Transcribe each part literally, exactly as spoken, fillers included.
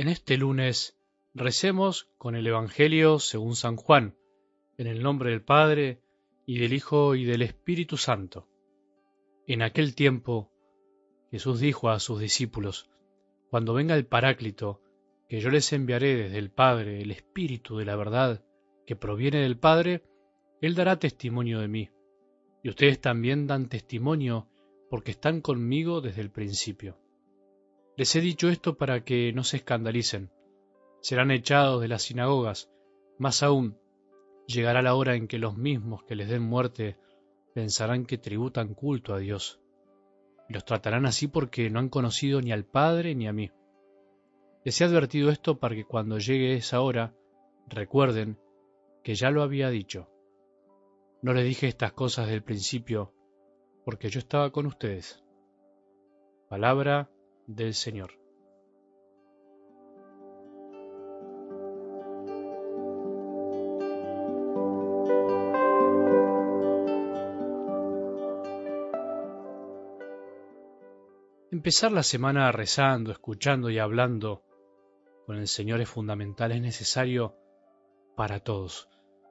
En este lunes recemos con el Evangelio según San Juan, en el nombre del Padre, y del Hijo, y del Espíritu Santo. En aquel tiempo Jesús dijo a sus discípulos: Cuando venga el Paráclito, que yo les enviaré desde el Padre, el Espíritu de la verdad, que proviene del Padre, Él dará testimonio de mí. Y ustedes también dan testimonio, porque están conmigo desde el principio. Les he dicho esto para que no se escandalicen. Serán echados de las sinagogas. Más aún, llegará la hora en que los mismos que les den muerte pensarán que tributan culto a Dios. Y los tratarán así porque no han conocido ni al Padre ni a mí. Les he advertido esto para que cuando llegue esa hora recuerden que ya lo había dicho. No les dije estas cosas del principio porque yo estaba con ustedes. Palabra del Señor. Empezar la semana rezando, escuchando y hablando con el Señor es fundamental, es necesario para todos.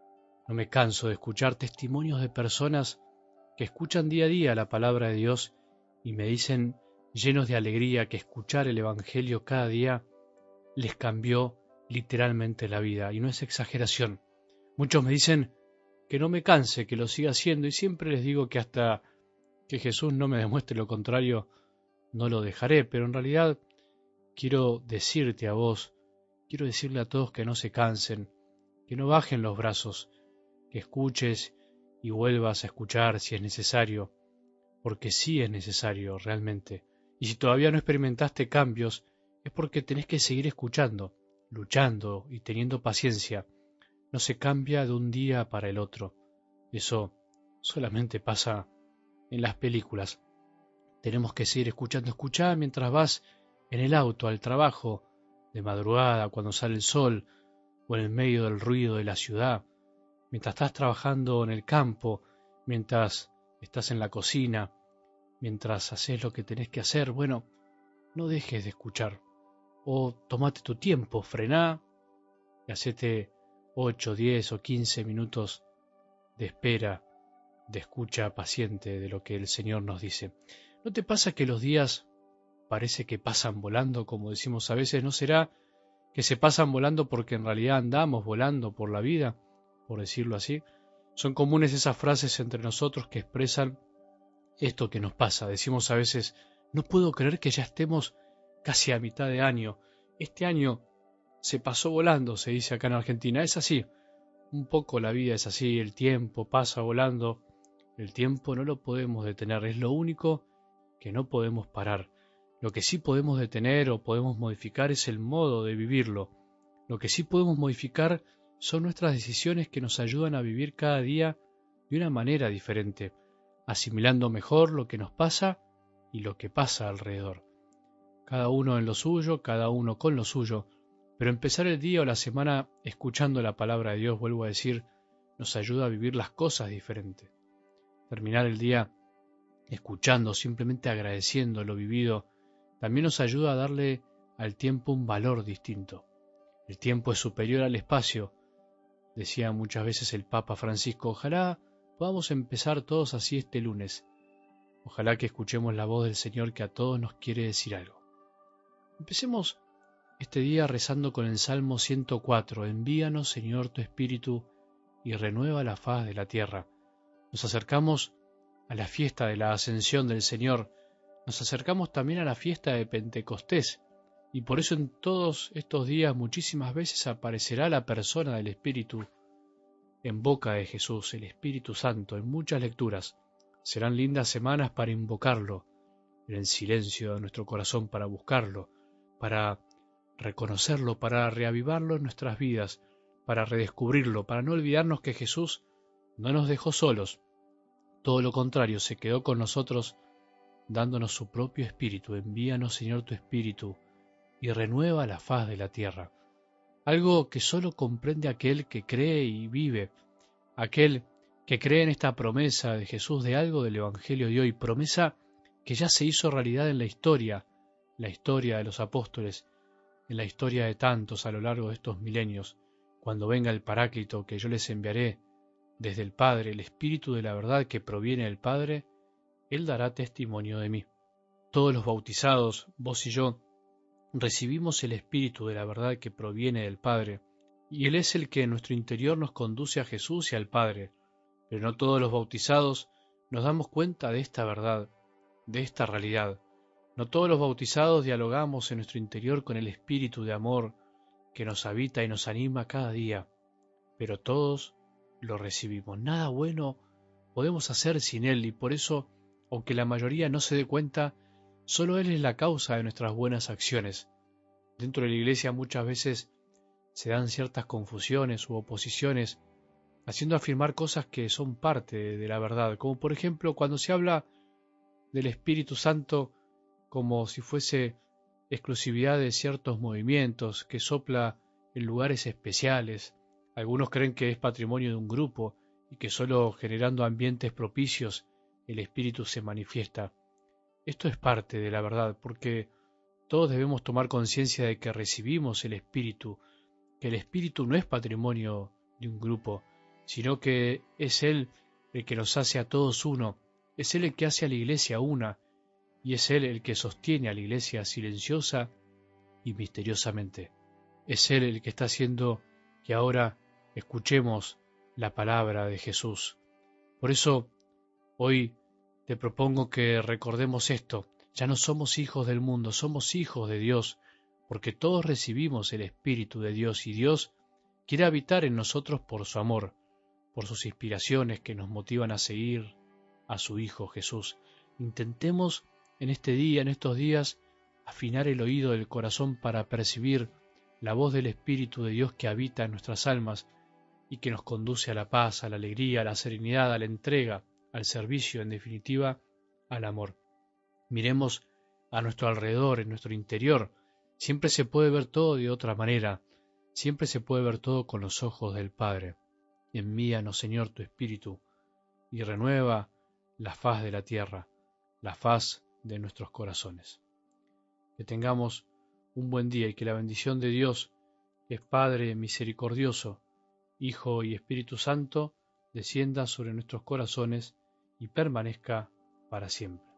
No me canso de escuchar testimonios de personas que escuchan día a día la palabra de Dios y me dicen, llenos de alegría, que escuchar el Evangelio cada día les cambió literalmente la vida, y no es exageración. Muchos me dicen que no me canse, que lo siga haciendo, y siempre les digo que hasta que Jesús no me demuestre lo contrario, no lo dejaré, pero en realidad quiero decirte a vos, quiero decirle a todos que no se cansen, que no bajen los brazos, que escuches y vuelvas a escuchar si es necesario, porque sí es necesario realmente. Y si todavía no experimentaste cambios, es porque tenés que seguir escuchando, luchando y teniendo paciencia. No se cambia de un día para el otro. Eso solamente pasa en las películas. Tenemos que seguir escuchando, escuchar mientras vas en el auto al trabajo, de madrugada, cuando sale el sol, o en el medio del ruido de la ciudad, mientras estás trabajando en el campo, mientras estás en la cocina, mientras haces lo que tenés que hacer. Bueno, no dejes de escuchar. O tomate tu tiempo, frená y hacete ocho, diez o quince minutos de espera, de escucha paciente de lo que el Señor nos dice. ¿No te pasa que los días parece que pasan volando, como decimos a veces? ¿No será que se pasan volando porque en realidad andamos volando por la vida, por decirlo así? Son comunes esas frases entre nosotros que expresan esto que nos pasa. Decimos a veces, no puedo creer que ya estemos casi a mitad de año. Este año se pasó volando, se dice acá en Argentina. Es así, un poco la vida es así, el tiempo pasa volando. El tiempo no lo podemos detener, es lo único que no podemos parar. Lo que sí podemos detener o podemos modificar es el modo de vivirlo. Lo que sí podemos modificar son nuestras decisiones que nos ayudan a vivir cada día de una manera diferente, asimilando mejor lo que nos pasa y lo que pasa alrededor. Cada uno en lo suyo, cada uno con lo suyo, pero empezar el día o la semana escuchando la palabra de Dios, vuelvo a decir, nos ayuda a vivir las cosas diferentes. Terminar el día escuchando, simplemente agradeciendo lo vivido, también nos ayuda a darle al tiempo un valor distinto. El tiempo es superior al espacio, decía muchas veces el Papa Francisco. Ojalá podamos empezar todos así este lunes. Ojalá que escuchemos la voz del Señor que a todos nos quiere decir algo. Empecemos este día rezando con el Salmo ciento cuatro. Envíanos, Señor, tu Espíritu y renueva la faz de la tierra. Nos acercamos a la fiesta de la Ascensión del Señor. Nos acercamos también a la fiesta de Pentecostés. Y por eso en todos estos días muchísimas veces aparecerá la persona del Espíritu en boca de Jesús, el Espíritu Santo, en muchas lecturas. Serán lindas semanas para invocarlo, en el silencio de nuestro corazón, para buscarlo, para reconocerlo, para reavivarlo en nuestras vidas, para redescubrirlo, para no olvidarnos que Jesús no nos dejó solos. Todo lo contrario, se quedó con nosotros dándonos su propio Espíritu. Envíanos, Señor, tu Espíritu y renueva la faz de la tierra. Algo que solo comprende aquel que cree y vive, aquel que cree en esta promesa de Jesús de algo del Evangelio de hoy, promesa que ya se hizo realidad en la historia, la historia de los apóstoles, en la historia de tantos a lo largo de estos milenios, cuando venga el Paráclito que yo les enviaré desde el Padre, el Espíritu de la verdad que proviene del Padre, Él dará testimonio de mí. Todos los bautizados, vos y yo, recibimos el Espíritu de la verdad que proviene del Padre, y Él es el que en nuestro interior nos conduce a Jesús y al Padre. Pero no todos los bautizados nos damos cuenta de esta verdad, de esta realidad. No todos los bautizados dialogamos en nuestro interior con el Espíritu de amor que nos habita y nos anima cada día, pero todos lo recibimos. Nada bueno podemos hacer sin Él, y por eso, aunque la mayoría no se dé cuenta, solo Él es la causa de nuestras buenas acciones. Dentro de la Iglesia muchas veces se dan ciertas confusiones u oposiciones, haciendo afirmar cosas que son parte de la verdad, como por ejemplo cuando se habla del Espíritu Santo como si fuese exclusividad de ciertos movimientos, que sopla en lugares especiales. Algunos creen que es patrimonio de un grupo y que solo generando ambientes propicios el Espíritu se manifiesta. Esto es parte de la verdad, porque todos debemos tomar conciencia de que recibimos el Espíritu, que el Espíritu no es patrimonio de un grupo, sino que es Él el que nos hace a todos uno, es Él el que hace a la Iglesia una, y es Él el que sostiene a la Iglesia silenciosa y misteriosamente. Es Él el que está haciendo que ahora escuchemos la palabra de Jesús. Por eso, hoy te propongo que recordemos esto. Ya no somos hijos del mundo, somos hijos de Dios, porque todos recibimos el Espíritu de Dios y Dios quiere habitar en nosotros por su amor, por sus inspiraciones que nos motivan a seguir a su Hijo Jesús. Intentemos en este día, en estos días, afinar el oído del corazón para percibir la voz del Espíritu de Dios que habita en nuestras almas y que nos conduce a la paz, a la alegría, a la serenidad, a la entrega, al servicio, en definitiva, al amor. Miremos a nuestro alrededor, en nuestro interior. Siempre se puede ver todo de otra manera. Siempre se puede ver todo con los ojos del Padre. Envíanos, Señor, tu Espíritu, y renueva la faz de la tierra, la faz de nuestros corazones. Que tengamos un buen día y que la bendición de Dios, que es Padre misericordioso, Hijo y Espíritu Santo, descienda sobre nuestros corazones y permanezca para siempre.